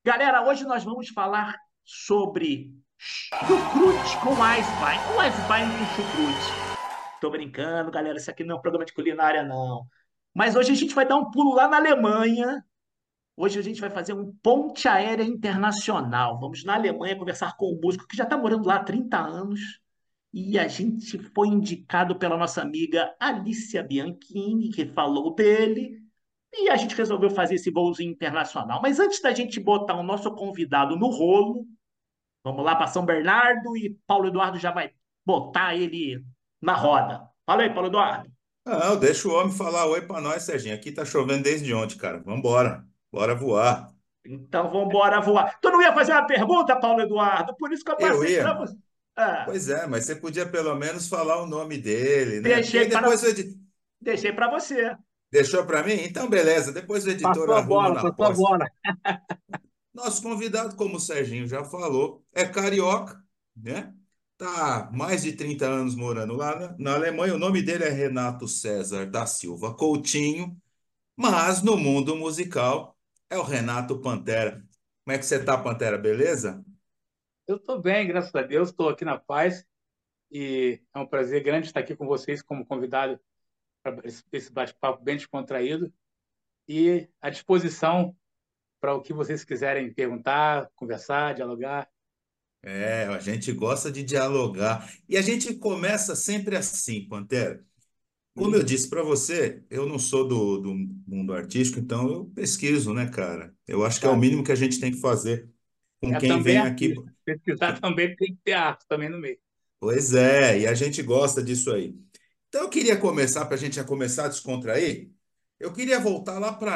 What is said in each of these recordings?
Galera, hoje nós vamos falar sobre chucrute com Eisbein. O Eisbein com chucrute. Tô brincando, galera, isso aqui não é um programa de culinária, não. Mas hoje a gente vai dar um pulo lá na Alemanha. Hoje a gente vai fazer um ponte aérea internacional. Vamos na Alemanha conversar com um músico que já está morando lá há 30 anos. E a gente foi indicado pela nossa amiga Alicia Bianchini, que falou dele. E a gente resolveu fazer esse voozinho internacional. Mas antes da gente botar o nosso convidado no rolo, vamos lá para São Bernardo e Paulo Eduardo já vai botar ele na roda. Fala aí, Paulo Eduardo. Não, deixa o homem falar oi pra nós, Serginho. Aqui tá chovendo desde ontem, cara. Vambora. Bora voar. Então vamos embora voar. Tu não ia fazer uma pergunta, Paulo Eduardo? Por isso que eu Eu passei para ia. você. Ah, Pois é, mas você podia pelo menos falar o nome dele, né? Porque aí deixei para depois deixei para você. deixou pra mim? Então, beleza. Depois o editor Passou a arruma bola, na passou a posta. bola. Nosso convidado, como o Serginho já falou, é carioca, né? Tá há mais de 30 anos morando lá na Alemanha. O nome dele é Renato César da Silva Coutinho. Mas no mundo musical é o Renato Pantera. Como é que você tá, Pantera? Beleza? Eu estou bem, graças a Deus, estou aqui na paz e é um prazer grande estar aqui com vocês como convidado para esse bate-papo bem descontraído e à disposição para o que vocês quiserem perguntar, conversar, dialogar. É, a gente gosta de dialogar. E a gente começa sempre assim, Pantera. Como eu Uhum. disse para você, eu não sou do mundo artístico, então eu pesquiso, né, cara? Eu acho que é o Tá. mínimo que a gente tem que fazer com É quem também vem aqui. artista. Pesquisar também tem que ter arte também no meio. Pois é, e a gente gosta disso aí. Então eu queria começar, para a gente já começar a descontrair, eu queria voltar lá para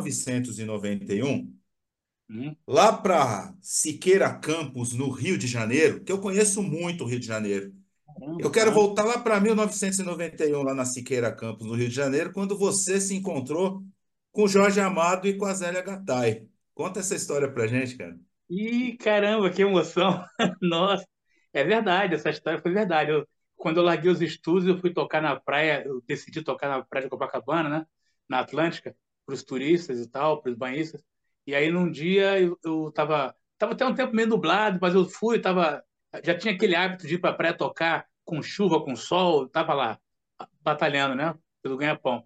1991. Uhum. Lá para Siqueira Campos, no Rio de Janeiro, que eu conheço muito o Rio de Janeiro. Eu Caramba. quero Aham. voltar lá para 1991, lá na Siqueira Campos, no Rio de Janeiro, quando você se encontrou com o Jorge Amado e com a Zélia Gattai. Conta essa história pra gente, cara. Ih, caramba, que emoção! Nossa, é verdade, essa história foi verdade. Quando eu larguei os estudos, eu fui tocar na praia, eu decidi tocar na praia de Copacabana, né? Na Atlântica, para os turistas e tal, para os banhistas. E aí, num dia, eu tava até um tempo meio nublado, mas eu fui, já tinha aquele hábito de ir para a praia tocar com chuva, com sol, tava lá, batalhando, né? Pelo ganha-pão.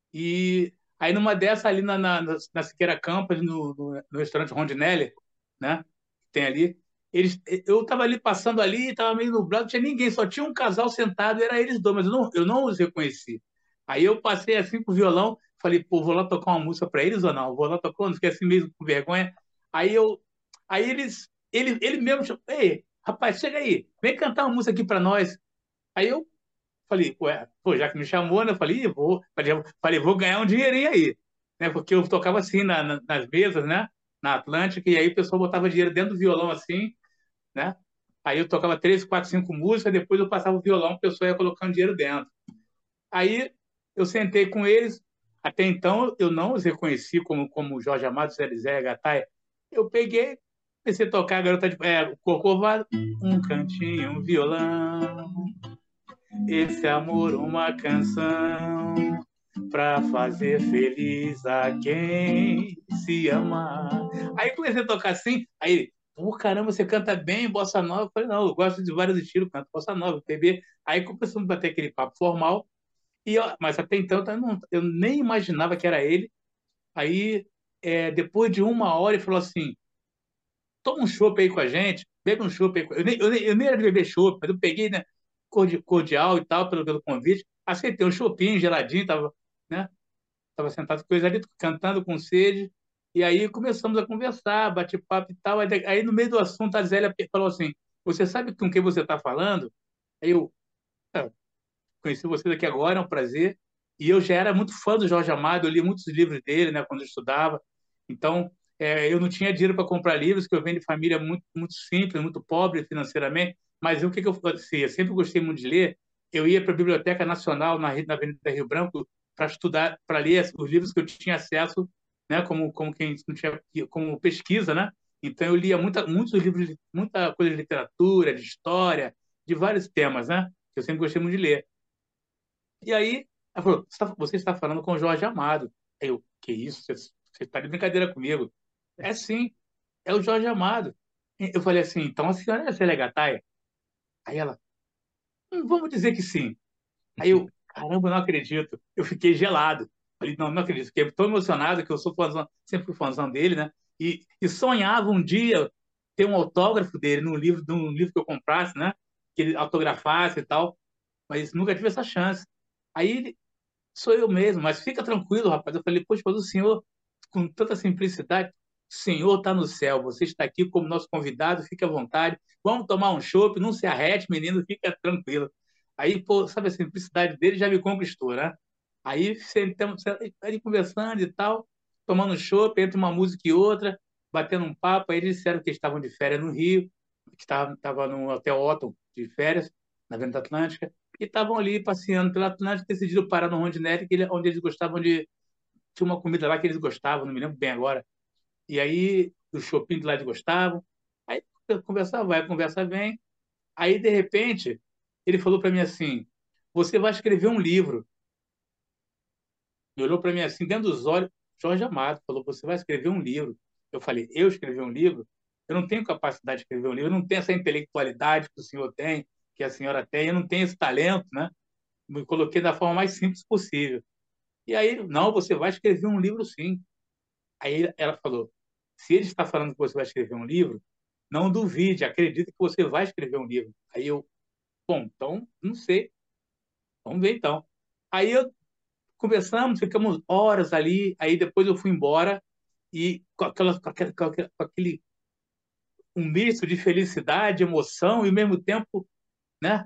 E aí, numa dessa, ali na Siqueira Campos, no restaurante Rondinelli, né? Que tem ali. Eu estava ali passando ali, estava meio nublado, não tinha ninguém, só tinha um casal sentado, e era eles dois, mas eu não os reconheci. Aí eu passei assim com o violão, falei, pô, vou lá tocar uma música para eles ou não? Vou lá tocar, não fiquei assim mesmo com vergonha. Aí eu, aí ele mesmo, chamou, ei, rapaz, chega aí, vem cantar uma música aqui para nós. Aí eu falei, ué, pô, já que me chamou, né? Eu falei, vou ganhar um dinheirinho aí, né? Porque eu tocava assim nas mesas, né? Na Atlântica, e aí o pessoal botava dinheiro dentro do violão assim, né? Aí eu tocava três, quatro, cinco músicas, depois eu passava o violão, o pessoal ia colocando dinheiro dentro. Aí eu sentei com eles, até então eu não os reconheci como Jorge Amado, Zé Gattai. Eu peguei, comecei a tocar a garota o Corcovado, um cantinho, um violão, esse amor, uma canção pra fazer feliz a quem se ama. Aí comecei a tocar assim, aí ele, pô, caramba, você canta bem bossa nova. Eu falei, não, eu gosto de vários estilos, canto bossa nova, PB. Aí começamos a bater aquele papo formal, mas até então eu nem imaginava que era ele. Aí, depois de uma hora, ele falou assim, toma um chopp aí com a gente, bebe um chopp aí. Eu nem era de beber chopp, mas eu peguei, né, cordial e tal, pelo convite. Aceitei um chopinho geladinho, tava, né? Tava sentado com eles ali, cantando com sede. E aí começamos a conversar, bate-papo e tal. Aí, no meio do assunto, a Zélia falou assim: você sabe com quem você está falando? Aí eu, "Ah, conheci você daqui agora, é um prazer." E eu já era muito fã do Jorge Amado, eu li muitos livros dele, né, quando eu estudava. Então, eu não tinha dinheiro para comprar livros, que eu venho de família muito, muito simples, muito pobre financeiramente. Mas o que eu fazia? Eu sempre gostei muito de ler. Eu ia para a Biblioteca Nacional, na Avenida Rio Branco, para estudar, para ler os livros que eu tinha acesso, né, como quem não tinha, como pesquisa, né? Então, eu lia muitos livros, muita coisa de literatura, de história, de vários temas, né? Que eu sempre gostei muito de ler. E aí, ela falou, você está falando com o Jorge Amado. Aí eu, que isso? Você está de brincadeira comigo? É sim. é o Jorge Amado. Eu falei assim, então a senhora é a Célia Gattai? Aí ela, vamos dizer que sim. Aí eu, caramba, eu não acredito. Eu fiquei gelado. Falei, não, não acredito. Fiquei tão emocionado que eu sou fãzão, sempre fui fãzão dele, né? E sonhava um dia ter um autógrafo dele num livro que eu comprasse, né? Que ele autografasse e tal. Mas nunca tive essa chance. Aí sou eu mesmo, mas fica tranquilo, rapaz. Eu falei, poxa, mas o senhor, com tanta simplicidade, o senhor está no céu, você está aqui como nosso convidado, fique à vontade. Vamos tomar um chopp, não se arrete, menino, fica tranquilo. Aí, pô, sabe, a simplicidade dele já me conquistou, né? Aí sentamos ali conversando e tal, tomando chopp, entre uma música e outra, batendo um papo. Aí eles disseram que estavam de férias no Rio, que estava no Hotel Otton de férias, na Avenida Atlântica, e estavam ali passeando pela Atlântica, decidiram parar no Rondinelli, onde eles gostavam de. Tinha uma comida lá que eles gostavam, não me lembro bem agora. E aí, do shopping de lá eles gostavam. Aí, conversa vai, conversa vem. Aí, de repente, ele falou para mim assim: Você vai escrever um livro. Ele olhou para mim assim, dentro dos olhos, Jorge Amado, falou: Você vai escrever um livro. Eu falei: Eu escrever um livro? Eu não tenho capacidade de escrever um livro, eu não tenho essa intelectualidade que o senhor tem, que a senhora tem, eu não tenho esse talento, né? Me coloquei da forma mais simples possível. E aí, não, você vai escrever um livro sim. Aí ela falou: se ele está falando que você vai escrever um livro, não duvide, acredite que você vai escrever um livro. Aí eu, bom, então, não sei, vamos ver então. Aí eu conversamos, ficamos horas ali, aí depois eu fui embora e com aquele um misto de felicidade, emoção e ao mesmo tempo, né,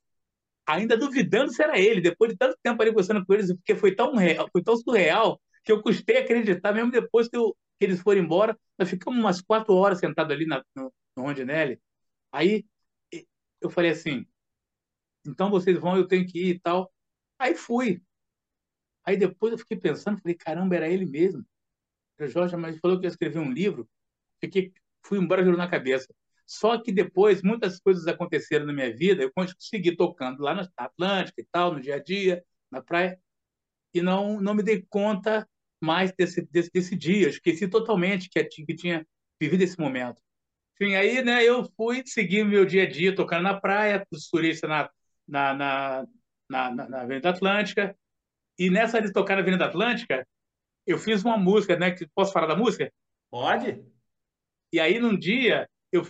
ainda duvidando se era ele, depois de tanto tempo ali conversando com eles, porque foi tão real, foi tão surreal, que eu custei acreditar, mesmo depois que eles foram embora, nós ficamos umas 4 horas sentados ali no Rondinelli. Aí eu falei assim, então vocês vão, eu tenho que ir e tal. Aí fui. Aí depois eu fiquei pensando, falei, caramba, era ele mesmo. O Jorge, mas ele falou que ia escrever um livro. Fiquei, fui embora, virou na cabeça. Só que depois muitas coisas aconteceram na minha vida, eu consegui tocando lá na Atlântica e tal, no dia a dia, na praia, e não me dei conta mais desse dia. Eu esqueci totalmente que tinha vivido esse momento. Enfim, aí, né, eu fui seguir meu dia a dia tocando na praia, com os turistas na, na, na Avenida Atlântica. E nessa de tocar na Avenida Atlântica, eu fiz uma música, né? Posso falar da música? Pode? E aí, num dia,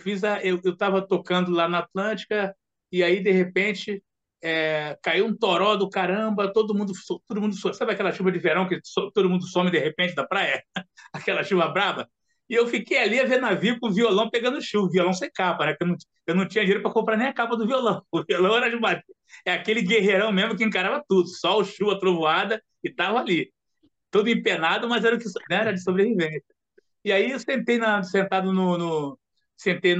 eu estava tocando lá na Atlântica, e aí, de repente, caiu um toró do caramba, todo mundo, sabe aquela chuva de verão que todo mundo some de repente da praia? Aquela chuva braba? E eu fiquei ali a ver navio com o violão pegando chuva, violão sem capa, né? Que eu não tinha dinheiro para comprar nem a capa do violão. O violão era de bater. É aquele guerreirão mesmo que encarava tudo, sol, chuva, trovoada, e tava ali. Todo empenado, mas era, né, era de sobrevivência. E aí eu sentado sentei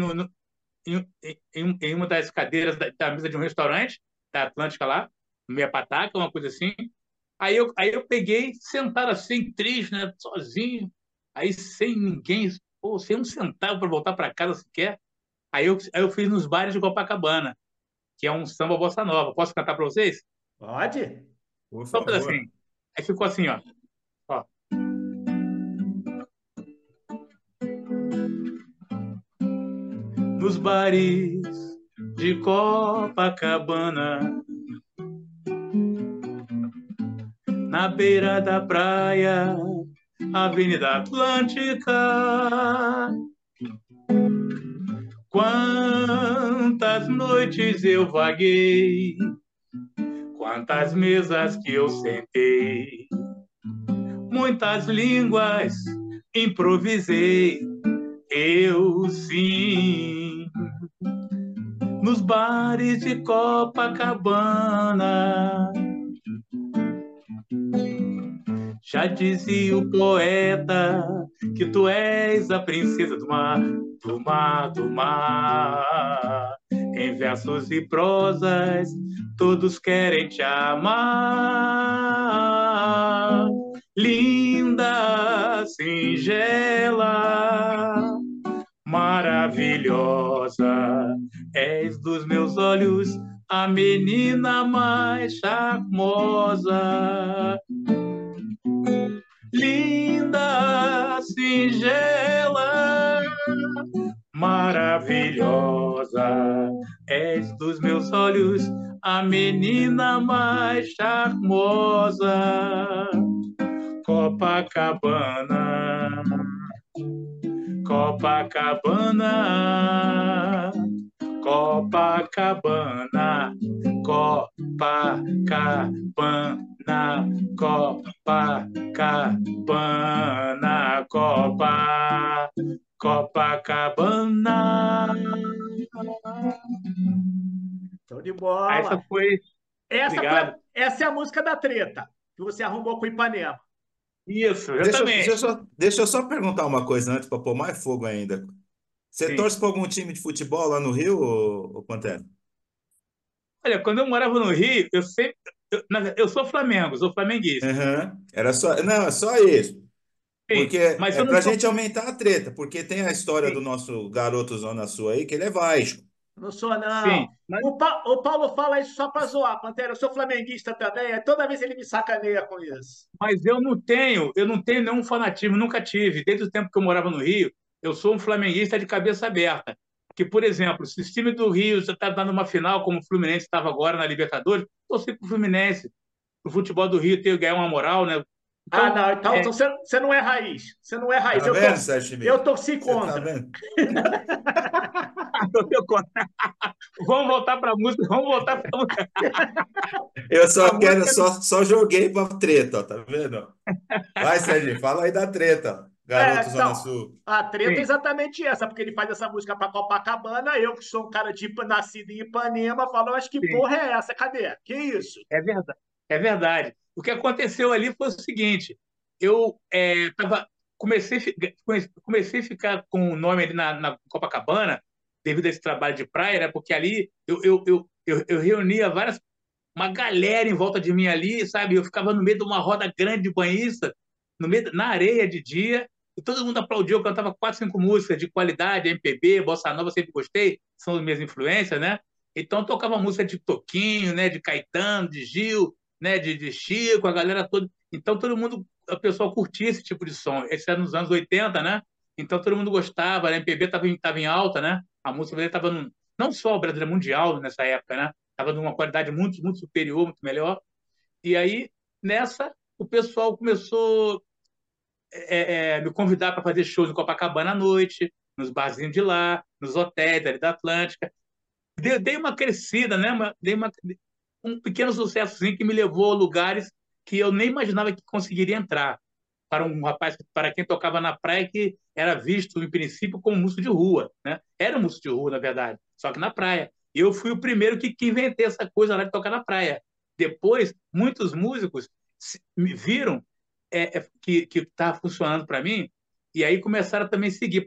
em uma das cadeiras da mesa de um restaurante da Atlântica lá, meia pataca, uma coisa assim. Aí eu peguei, sentado assim, triste, né, sozinho, aí sem ninguém, pô, sem um centavo para voltar para casa sequer. Aí eu fiz nos bares de Copacabana, que é um samba bossa nova. Posso cantar para vocês? Pode? Por Só um favor. pedacinho. Aí ficou assim, ó. Ó. Nos bares de Copacabana, na beira da praia, Avenida Atlântica. Quantas noites eu vaguei, quantas mesas que eu sentei, muitas línguas improvisei, eu sim, nos bares de Copacabana. Já dizia o poeta que tu és a princesa do mar, do mar, do mar. Em versos e prosas, todos querem te amar. Linda, singela, maravilhosa, és dos meus olhos a menina mais charmosa. Linda, singela, maravilhosa, és dos meus olhos a menina mais charmosa. Copacabana, Copacabana, Copacabana, Copacabana, Copacabana, Copacabana. Show de Essa bola. foi. Essa foi, Obrigado. essa é a música da treta que você arrumou com o Ipanema. Isso, Deixa exatamente. deixa eu só perguntar uma coisa antes para pôr mais fogo ainda. Você Sim. torce para algum time de futebol lá no Rio, ô Pantera? Olha, quando eu morava no Rio, eu sempre. Eu sou Flamengo, sou flamenguista. Aham. Era só, não, é só isso. Sim, Porque mas é eu não pra sou. gente aumentar a treta, porque tem a história do Sim, nosso garoto Zona Sul aí, que ele é Vasco. Não sou, sim. não. Mas O Paulo fala isso só para zoar, Pantera. Eu sou flamenguista também. Toda vez ele me sacaneia com isso. Mas eu não tenho nenhum fanatismo, nunca tive. Desde o tempo que eu morava no Rio, eu sou um flamenguista de cabeça aberta. Que, por exemplo, se o time do Rio já está dando uma final, como o Fluminense estava agora na Libertadores, torci para o Fluminense. O futebol do Rio tem que ganhar uma moral, né? Ah, Então, não. Então você não é raiz. Você não é raiz. Tá vendo, Sérgio Eu Schmidt? torci Você tá contra. vendo? vamos voltar para a música, vamos voltar para Eu a só quero, música. só joguei pra treta, ó, tá vendo? Vai, Sérgio, fala aí da treta, garoto Zona Então, Sul. a treta é Sim, exatamente essa, porque ele faz essa música para Copacabana. Eu, que sou um cara nascido em Ipanema, falo, mas que sim. porra é essa? Cadê? Que isso? É verdade. É verdade. O que aconteceu ali foi o seguinte: eu comecei, comecei a ficar com o nome ali na Copacabana, devido a esse trabalho de praia, né? Porque ali eu reunia uma galera em volta de mim ali, sabe? Eu ficava no meio de uma roda grande de banhista, na areia de dia, e todo mundo aplaudiu. Eu cantava quatro, cinco músicas de qualidade, MPB, Bossa Nova, sempre gostei, são as minhas influências, né? Então eu tocava música de Toquinho, né? De Caetano, de Gil, né? De Chico, a galera toda. Então todo mundo, o pessoal curtia esse tipo de som. Esse era nos anos 80, né? Então todo mundo gostava, a MPB estava em alta, né? A música brasileira estava não só o brasileiro mundial nessa época, né? Estava numa qualidade muito, muito superior, muito melhor. E aí, nessa, o pessoal começou me convidar para fazer shows em Copacabana à noite, nos barzinhos de lá, nos hotéis ali da Atlântica. Dei uma crescida, né? Um pequeno sucessozinho que me levou a lugares que eu nem imaginava que conseguiria entrar. Para um rapaz, para quem tocava na praia, que era visto, em princípio, como músico de rua, né? Era um músico de rua, na verdade, só que na praia. Eu fui o primeiro que inventei essa coisa lá de tocar na praia. Depois, muitos músicos me viram que estava funcionando para mim, e aí começaram a também seguir,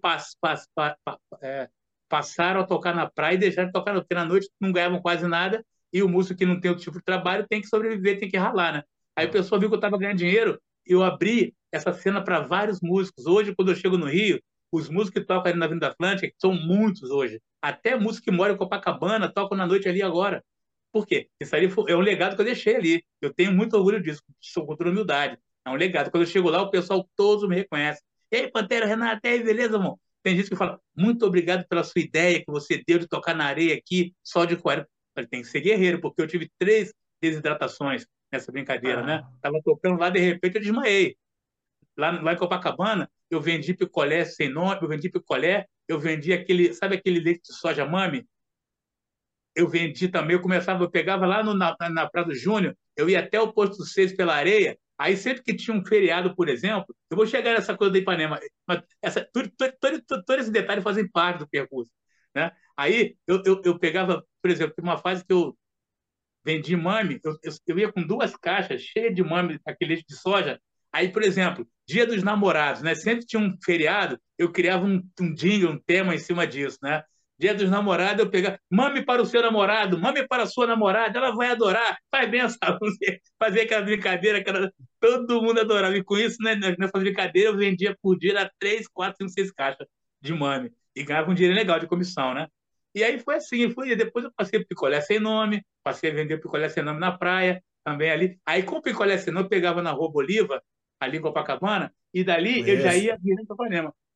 passaram a tocar na praia e deixaram de tocar, porque na noite não ganhavam quase nada, e o músico que não tem outro tipo de trabalho tem que sobreviver, tem que ralar, né? Aí o Ó, pessoal viu que eu estava ganhando dinheiro, e eu abri essa cena para vários músicos. Hoje, quando eu chego no Rio, os músicos que tocam ali na Avenida Atlântica, que são muitos hoje, até músicos que moram em Copacabana, tocam na noite ali agora. Por quê? Isso ali é um legado que eu deixei ali. Eu tenho muito orgulho disso, sou com toda humildade. É um legado. Quando eu chego lá, o pessoal todos me reconhece. Ei, Pantera, Renata, e aí, beleza, irmão? Tem gente que fala, muito obrigado pela sua ideia que você deu de tocar na areia aqui, só de 40. Falei, tem que ser guerreiro, porque eu tive 3 desidratações nessa brincadeira, né? Ah, Tava tocando lá, de repente eu desmaiei. Lá em Copacabana, eu vendi picolé sem nome, eu vendi picolé, eu vendi sabe aquele leite de soja mame? Eu vendi também, eu pegava lá na Praia do Júnior, eu ia até o posto 6 pela areia, aí sempre que tinha um feriado, por exemplo, eu vou chegar nessa coisa da Ipanema, mas todo esse detalhe fazem parte do percurso, né? Aí eu pegava, por exemplo, uma fase que eu vendi mame, eu ia com 2 caixas cheias de mame, aquele leite de soja. Aí, por exemplo, Dia dos Namorados, né? Sempre tinha um feriado, eu criava um jingle, um tema em cima disso, né? Dia dos Namorados, eu pegava, mame para o seu namorado, mame para a sua namorada, ela vai adorar, faz bem essa música, fazia aquela brincadeira, todo mundo adorava. E com isso, né, nessa brincadeira, eu vendia por dia era 3, 4, 5, 6 caixas de mame e ganhava um dinheiro legal de comissão, né? E aí foi assim, e depois eu passei por picolé sem nome, passei a vender picolé sem nome na praia, também ali. Aí com o picolé sem nome, eu pegava na Rua Bolívar, ali em Copacabana, e dali eu já conheço. ia virando para Ipanema.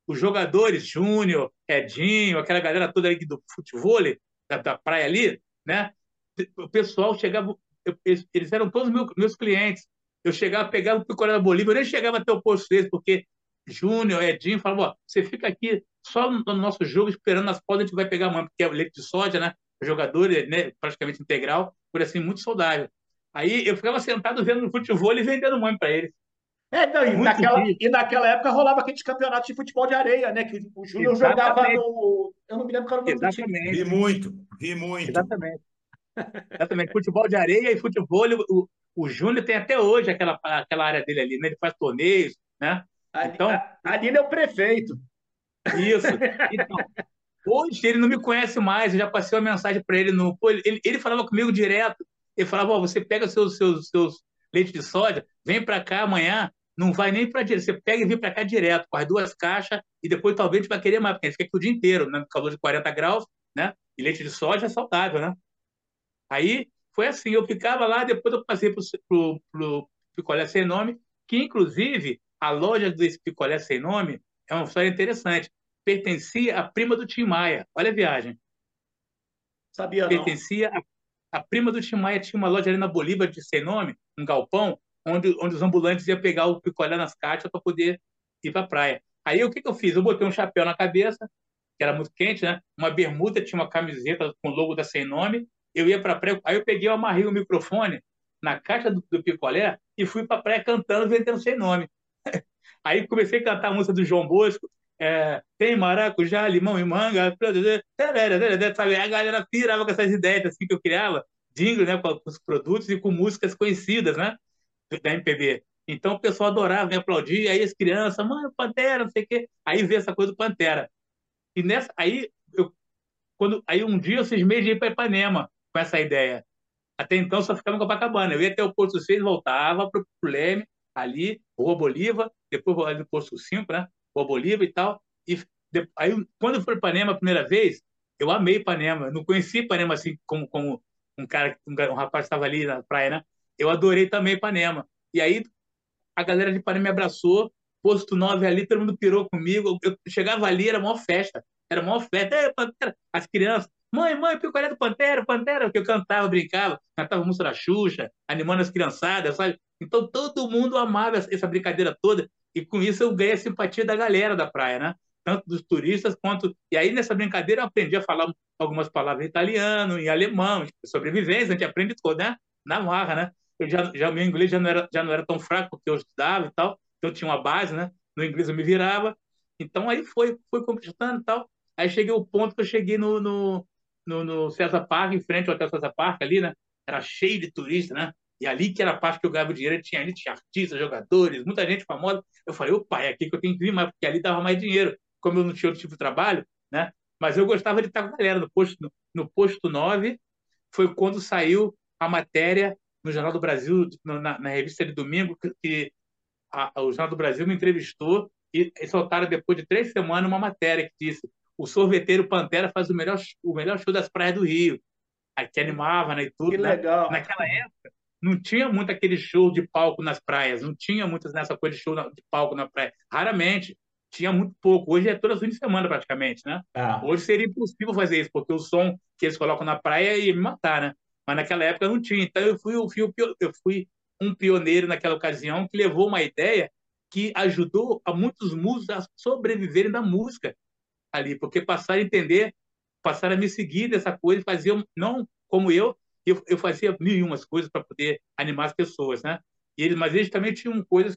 os jogadores, Júnior, Edinho, aquela galera toda ali do futebol, da praia ali, né? O pessoal chegava, eles eram todos meus clientes. Eu chegava, pegava o picolé da Bolívia, eu nem chegava até o posto deles, porque Júnior, Edinho, falavam, ó, você fica aqui só no nosso jogo esperando nas podas, a gente vai pegar amanhã, porque é o leite de soja, né? O jogador, né, praticamente integral, por assim, muito saudável. Aí eu ficava sentado vendo no futebol e vendendo mãe para eles. Não, Muitos dias. e naquela época rolava aqueles campeonatos de futebol de areia, né? Que o Júnior jogava Exatamente, no. Eu não me lembro qual era o nome do time. exatamente, Vi muito, vi muito. exatamente. Exatamente. Futebol de areia e futebol, o Júnior tem até hoje aquela área dele ali, né? Ele faz torneios, né? Então, Ali ele é o prefeito. isso. Então, hoje ele não me conhece mais, eu já passei uma mensagem para ele no. Pô, ele falava comigo direto. Ele falava: Ó, você pega seus leite de soja, vem para cá amanhã, não vai nem para direto. Você pega e vem para cá direto, com as 2 caixas, e depois talvez a gente vai querer mais, porque a gente fica aqui o dia inteiro, né, no calor de 40 graus, né? E leite de soja é saudável, né? Aí foi assim: eu ficava lá, depois eu passei pro Picolé Sem Nome, que inclusive a loja desse Picolé Sem Nome é uma história interessante. Pertencia à prima do Tim Maia. Olha a viagem. Sabia não. Pertencia à prima do Tim Maia. Tinha uma loja ali na Bolívar de Sem Nome, um galpão, onde os ambulantes iam pegar o picolé nas caixas para poder ir para a praia. Aí o que, que eu fiz? Eu botei um chapéu na cabeça, que era muito quente, né? Uma bermuda, tinha uma camiseta com o logo da Sem Nome. Eu ia para a praia, aí eu peguei, eu amarrei o microfone na caixa do picolé e fui para a praia cantando, vendendo Sem Nome. Aí comecei a cantar a música do João Bosco, tem maracujá, limão e manga, sabe? A galera pirava com essas ideias assim que eu criava, jingle, né, com os produtos e com músicas conhecidas, né, da MPB. Então o pessoal adorava, me aplaudir, aí as crianças, mano, Pantera, não sei o quê. Aí veio essa coisa do Pantera. E nessa, aí um dia eu cismei de ir para Ipanema com essa ideia. Até então só ficava em Copacabana. Eu ia até o Posto 6, voltava para o Leme, ali, Rua Bolívar, depois ali no Posto 5, né? Rua Bolívar e tal. Aí, quando eu fui para Ipanema a primeira vez, eu amei Ipanema. Eu não conhecia Ipanema assim como um rapaz que estava ali na praia, né? Eu adorei também Ipanema. E aí a galera de Ipanema me abraçou, Posto 9 ali, todo mundo pirou comigo. Eu chegava ali, era maior festa. Era maior festa. Pantera. As crianças, mãe, picolé do Pantera, Pantera, porque eu cantava, brincava, cantava música da Xuxa, animando as criançadas, sabe? Então todo mundo amava essa brincadeira toda, e com isso eu ganhei a simpatia da galera da praia, né? Tanto dos turistas quanto. E aí nessa brincadeira eu aprendi a falar algumas palavras em italiano, em alemão, sobrevivência, a gente aprende tudo, né? Na marra, né? O meu inglês já não era tão fraco, porque eu estudava e tal, então eu tinha uma base, né? No inglês eu me virava. Então aí foi conquistando e tal. Aí cheguei ao ponto que eu cheguei no César Park, em frente ao Hotel César Park, ali, né? Era cheio de turista, né? E ali que era a parte que eu ganhava dinheiro, ali tinha artistas, jogadores, muita gente famosa. Eu falei, opa, é aqui que eu tenho que vir mais, porque ali dava mais dinheiro. Como eu não tinha outro tipo de trabalho, né? Mas eu gostava de estar com a galera no posto 9, foi quando saiu a matéria no Jornal do Brasil, na revista de domingo, que o Jornal do Brasil me entrevistou e soltaram depois de 3 semanas uma matéria que disse: o sorveteiro Pantera faz o melhor show das praias do Rio. Aí que animava, né, e Que tudo, né? legal. Naquela época não tinha muito aquele show de palco nas praias, não tinha muitas nessa coisa de show de palco na praia. Raramente, tinha muito pouco. Hoje é toda fim de semana praticamente, né? Ah, Hoje seria impossível fazer isso, porque o som que eles colocam na praia ia me matar, né? Mas naquela época não tinha. Então eu fui um pioneiro naquela ocasião que levou uma ideia que ajudou a muitos músicos a sobreviverem da música ali, porque passaram a entender, passaram a me seguir dessa coisa, faziam, não como eu fazia mil e umas coisas para poder animar as pessoas, né? Mas eles também tinham coisas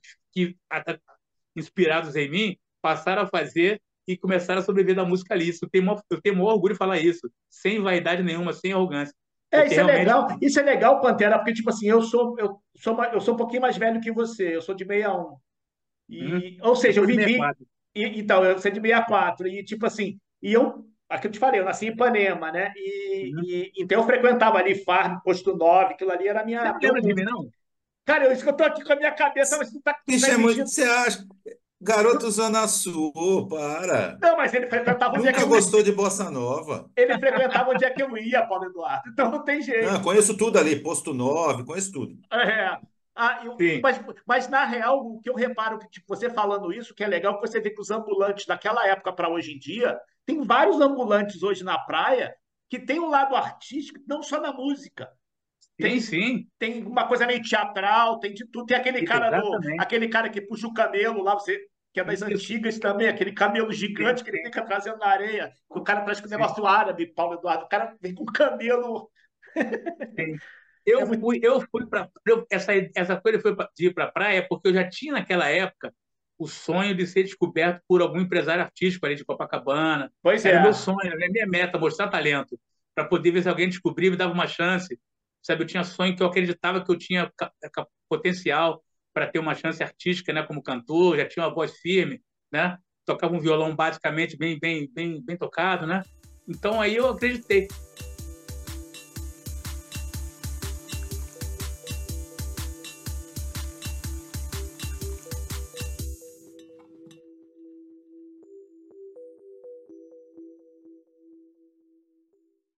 inspirados em mim, passaram a fazer e começaram a sobreviver da música ali. Eu tenho maior orgulho de falar isso, sem vaidade nenhuma, sem arrogância, porque isso é realmente. legal. Isso é legal, Pantera, porque, tipo assim, eu sou um pouquinho mais velho que você. Eu sou de 61. Hum, Ou eu seja, eu sou de vivi. 64. Então, eu sou de 64. E, tipo assim, aqui eu te falei, eu nasci em Ipanema, né? Hum. Então eu frequentava ali Farm, Posto 9, aquilo ali era Você não meu lembra de mundo. mim, não? Cara, isso que eu tô aqui com a minha cabeça, mas tu tá Bicho, é muito. exigindo. Você acha? Garoto Zona Sul, para. Não, mas ele frequentava onde é que Nunca eu ia. gostou de bossa nova. Ele frequentava onde é que eu ia, Paulo Eduardo. Então não tem Ah, jeito. conheço tudo ali, Posto 9, conheço tudo. É. Sim, Mas, na real, o que eu reparo, que tipo, você falando isso, que é legal, que você vê que os ambulantes daquela época para hoje em dia, tem vários ambulantes hoje na praia que tem um lado artístico, não só na música. sim, Tem, sim, tem uma coisa meio teatral, tem de tudo. Tem exatamente. aquele cara que puxa o camelo lá, você que é das Isso, antigas também, aquele camelo sim, gigante que ele sim, fica trazendo na areia. O cara traz com o sim, negócio árabe, Paulo Eduardo. O cara vem com o camelo. sim. É muito. Eu fui para essa coisa foi de ir para a praia porque eu já tinha naquela época o sonho de ser descoberto por algum empresário artístico ali de Copacabana. Pois Era o meu é. sonho, era a minha meta, mostrar talento, para poder ver se alguém descobria e me dava uma chance. Sabe, eu tinha sonho que eu acreditava que eu tinha potencial para ter uma chance artística, né, como cantor, já tinha uma voz firme, né? Tocava um violão basicamente bem tocado, né? Então aí eu acreditei.